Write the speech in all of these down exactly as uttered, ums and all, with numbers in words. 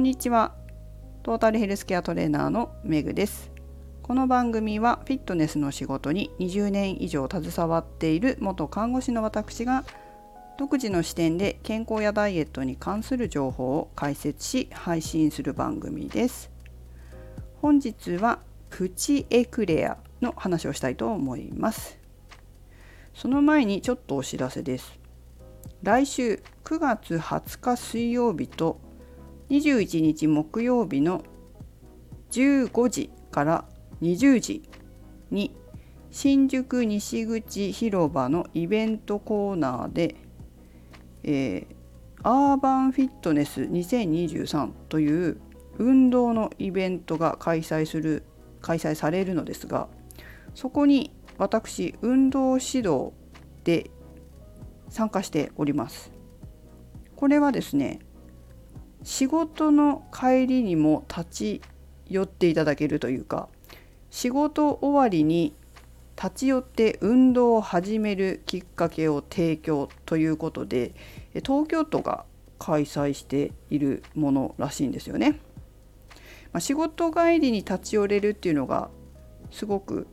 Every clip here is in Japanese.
んにちは。トータルヘルスケアトレーナーのメグです。この番組はフィットネスの仕事ににじゅうねん以上携わっている元看護師の私が独自の視点で健康やダイエットに関する情報を解説し配信する番組です。本日はプチエクレアの話をしたいと思います。その前にちょっとお知らせです。来週くがつはつか水曜日とにじゅういちにち木曜日のじゅうごじからにじゅうじに新宿西口広場のイベントコーナーで、えー、アーバンフィットネスにせんにじゅうさんという運動のイベントが開催する開催されるのですが、そこに私運動指導で参加しております。これはですね、仕事の帰りにも立ち寄っていただけるというか、仕事終わりに立ち寄って運動を始めるきっかけを提供ということで、東京都が開催しているものらしいんですよね。まあ、仕事帰りに立ち寄れるっていうのがすごく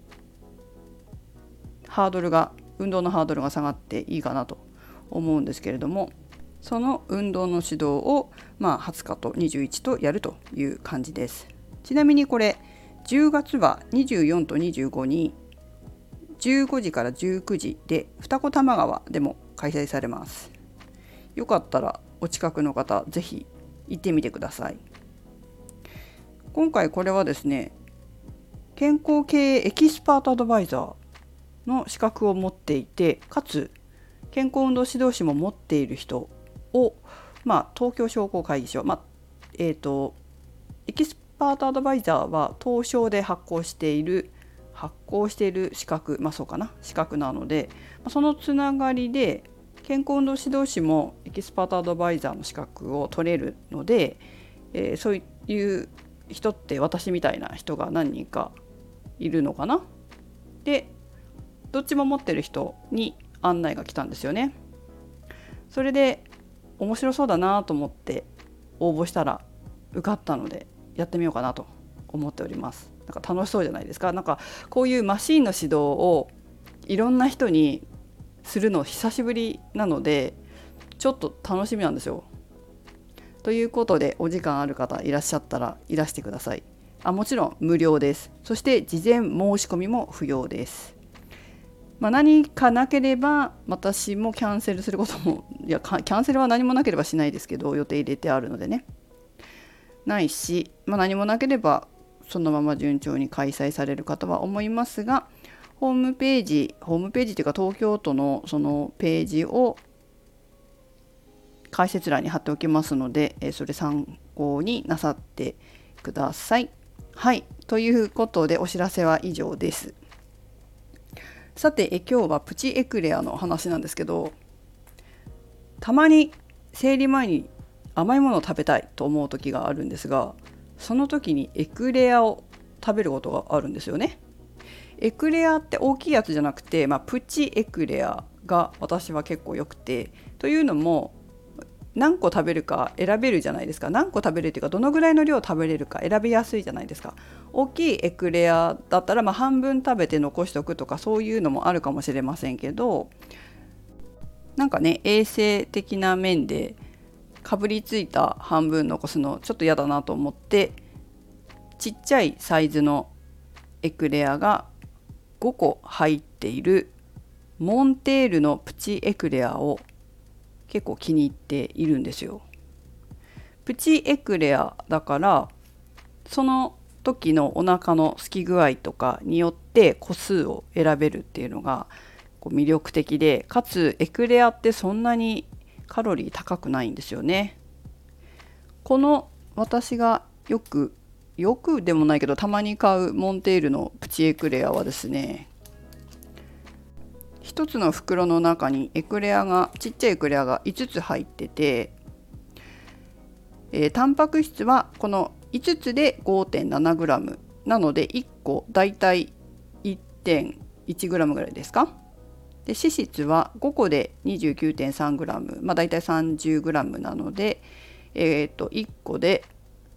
ハードルが運動のハードルが下がっていいかなと思うんですけれども、その運動の指導を、まあ、はつかとにじゅういちとやるという感じです。ちなみにこれじゅうがつはにじゅうよっかとにじゅうごにじゅうごじからじゅうくじで二子玉川でも開催されます。よかったらお近くの方ぜひ行ってみてください。今回これはですね、健康経営エキスパートアドバイザーの資格を持っていて、かつ健康運動指導士も持っている人を、まあ、東京商工会議所、まあえーと、エキスパートアドバイザーは東証で発行している発行している資格、まあそうかな資格なので、そのつながりで健康運動指導士もエキスパートアドバイザーの資格を取れるので、えー、そういう人って私みたいな人が何人かいるのかな。で、どっちも持ってる人に案内が来たんですよね。それで面白そうだなと思って応募したら受かったので、やってみようかなと思っております。なんか楽しそうじゃないですか。なんかこういうマシーンの指導をいろんな人にするの久しぶりなので、ちょっと楽しみなんですよ。ということで、お時間ある方いらっしゃったらいらしてください。あ、もちろん無料です。そして事前申し込みも不要です。まあ、何かなければ私もキャンセルすることも、いやキャンセルは何もなければしないですけど、予定入れてあるのでね、ないし、まあ、何もなければそのまま順調に開催されるかとは思いますが、ホームページホームページというか東京都のそのページを解説欄に貼っておきますので、それ参考になさってください。はい、ということでお知らせは以上です。さて、え今日はプチエクレアの話なんですけど、たまに生理前に甘いものを食べたいと思う時があるんですが、その時にエクレアを食べることがあるんですよね。エクレアって大きいやつじゃなくて、まあ、プチエクレアが私は結構よくて、というのも何個食べるか選べるじゃないですか。何個食べるっていうか、どのぐらいの量食べれるか選びやすいじゃないですか。大きいエクレアだったら、まあ半分食べて残しておくとか、そういうのもあるかもしれませんけど、なんかね、衛生的な面でかぶりついた半分残すのちょっと嫌だなと思って、ちっちゃいサイズのエクレアがごこ入っているモンテールのプチエクレアを結構気に入っているんですよ。プチエクレアだから、その時のお腹の空き具合とかによって個数を選べるっていうのがこう魅力的で、かつエクレアってそんなにカロリー高くないんですよね。この私がよくよくでもないけどたまに買うモンテールのプチエクレアはですね、一つの袋の中にエクレアがちっちゃいエクレアがいつつ入ってて、えー、タンパク質はこのいつつで ごてんななグラム なので、いっこだいたい いってんいちグラム ぐらいですか。で、脂質はごこで にじゅうきゅうてんさんグラム、まあだいたい さんじゅうグラム なので、えー、といっこで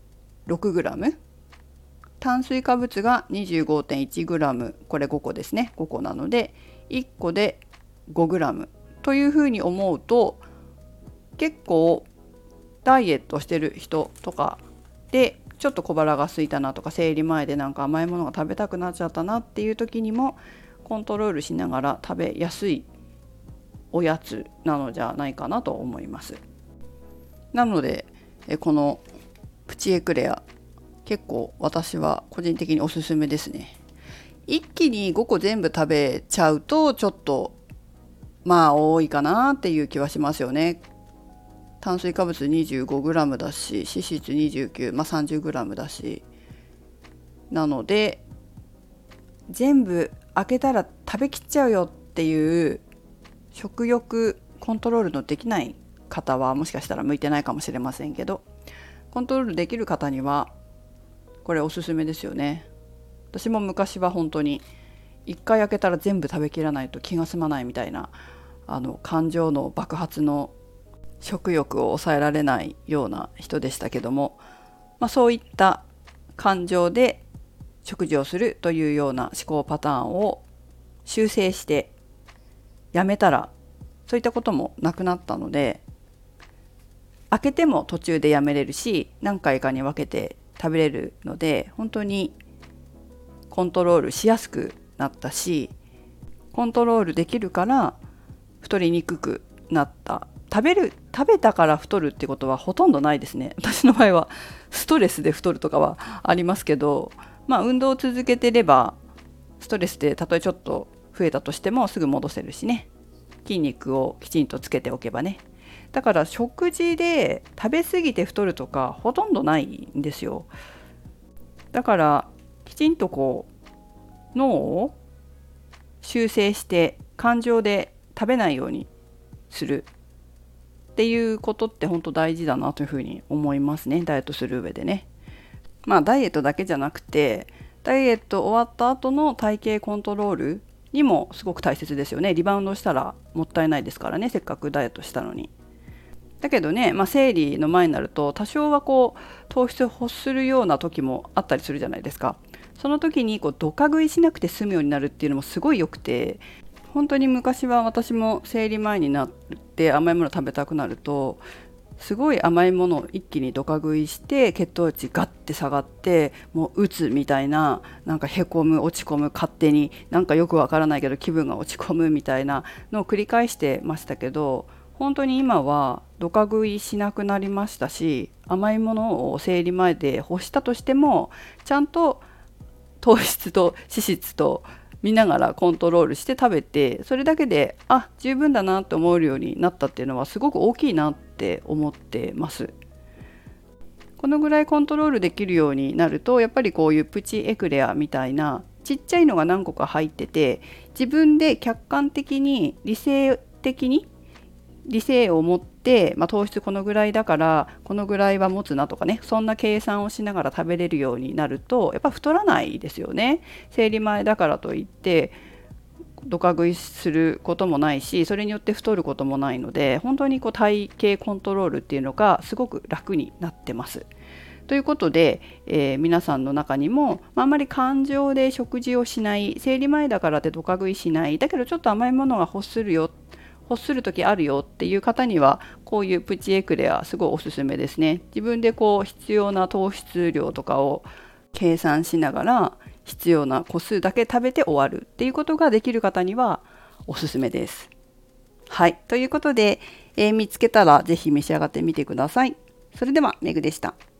ろくグラム、炭水化物が にじゅうごてんいちグラム、これごこですね。ごこなのでいっこでごグラムというふうに思うと、結構ダイエットしてる人とかでちょっと小腹が空いたなとか、生理前でなんか甘いものが食べたくなっちゃったなっていう時にもコントロールしながら食べやすいおやつなのじゃないかなと思います。なのでこのプチエクレア、結構私は個人的におすすめですね。一気にごこ全部食べちゃうとちょっとまあ多いかなっていう気はしますよね。炭水化物 にじゅうごグラム だし、脂質にじゅうきゅう、まあ さんじゅうグラム だし、なので全部開けたら食べきっちゃうよっていう食欲コントロールのできない方はもしかしたら向いてないかもしれませんけど、コントロールできる方にはこれおすすめですよね。私も昔は本当に一回開けたら全部食べきらないと気が済まないみたいな、あの感情の爆発の食欲を抑えられないような人でしたけども、まあ、そういった感情で食事をするというような思考パターンを修正してやめたら、そういったこともなくなったので、開けても途中でやめれるし、何回かに分けて食べれるので、本当にコントロールしやすくなったし、コントロールできるから太りにくくなった。食べる食べたから太るってことはほとんどないですね。私の場合はストレスで太るとかはありますけど、まあ運動を続けてればストレスでたとえちょっと増えたとしてもすぐ戻せるしね、筋肉をきちんとつけておけばね。だから食事で食べ過ぎて太るとかほとんどないんですよ。だからきちんとこう脳を修正して感情で食べないようにするっていうことって本当大事だなというふうに思いますね。ダイエットする上でね。まあダイエットだけじゃなくて、ダイエット終わった後の体型コントロールにもすごく大切ですよね。リバウンドしたらもったいないですからね、せっかくダイエットしたのに。だけどね、まあ、生理の前になると多少はこう糖質を欲するような時もあったりするじゃないですか。その時にこうドカ食いしなくて済むようになるっていうのもすごい良くて、本当に昔は私も生理前になって甘いもの食べたくなるとすごい甘いものを一気にドカ食いして血糖値ガッて下がって、もううつみたいな、なんかへこむ落ち込む、勝手になんかよくわからないけど気分が落ち込むみたいなのを繰り返してましたけど、本当に今はドカ食いしなくなりましたし、甘いものを生理前で欲したとしてもちゃんと糖質と脂質と見ながらコントロールして食べて、それだけであ十分だなって思えるようになったっていうのはすごく大きいなって思ってます。このぐらいコントロールできるようになると、やっぱりこういうプチエクレアみたいなちっちゃいのが何個か入ってて、自分で客観的に理性的に理性を持って、まあ、糖質このぐらいだからこのぐらいは持つなとかね、そんな計算をしながら食べれるようになるとやっぱ太らないですよね。生理前だからといってドカ食いすることもないし、それによって太ることもないので、本当にこう体型コントロールっていうのがすごく楽になってます。ということで、えー、皆さんの中にも、まあ、あんまり感情で食事をしない、生理前だからってドカ食いしない、だけどちょっと甘いものが欲するよ欲する時あるよっていう方には、こういうプチエクレアすごいおすすめですね。自分でこう必要な糖質量とかを計算しながら必要な個数だけ食べて終わるっていうことができる方にはおすすめです。はい、ということで、えー、見つけたらぜひ召し上がってみてください。それではメグでした。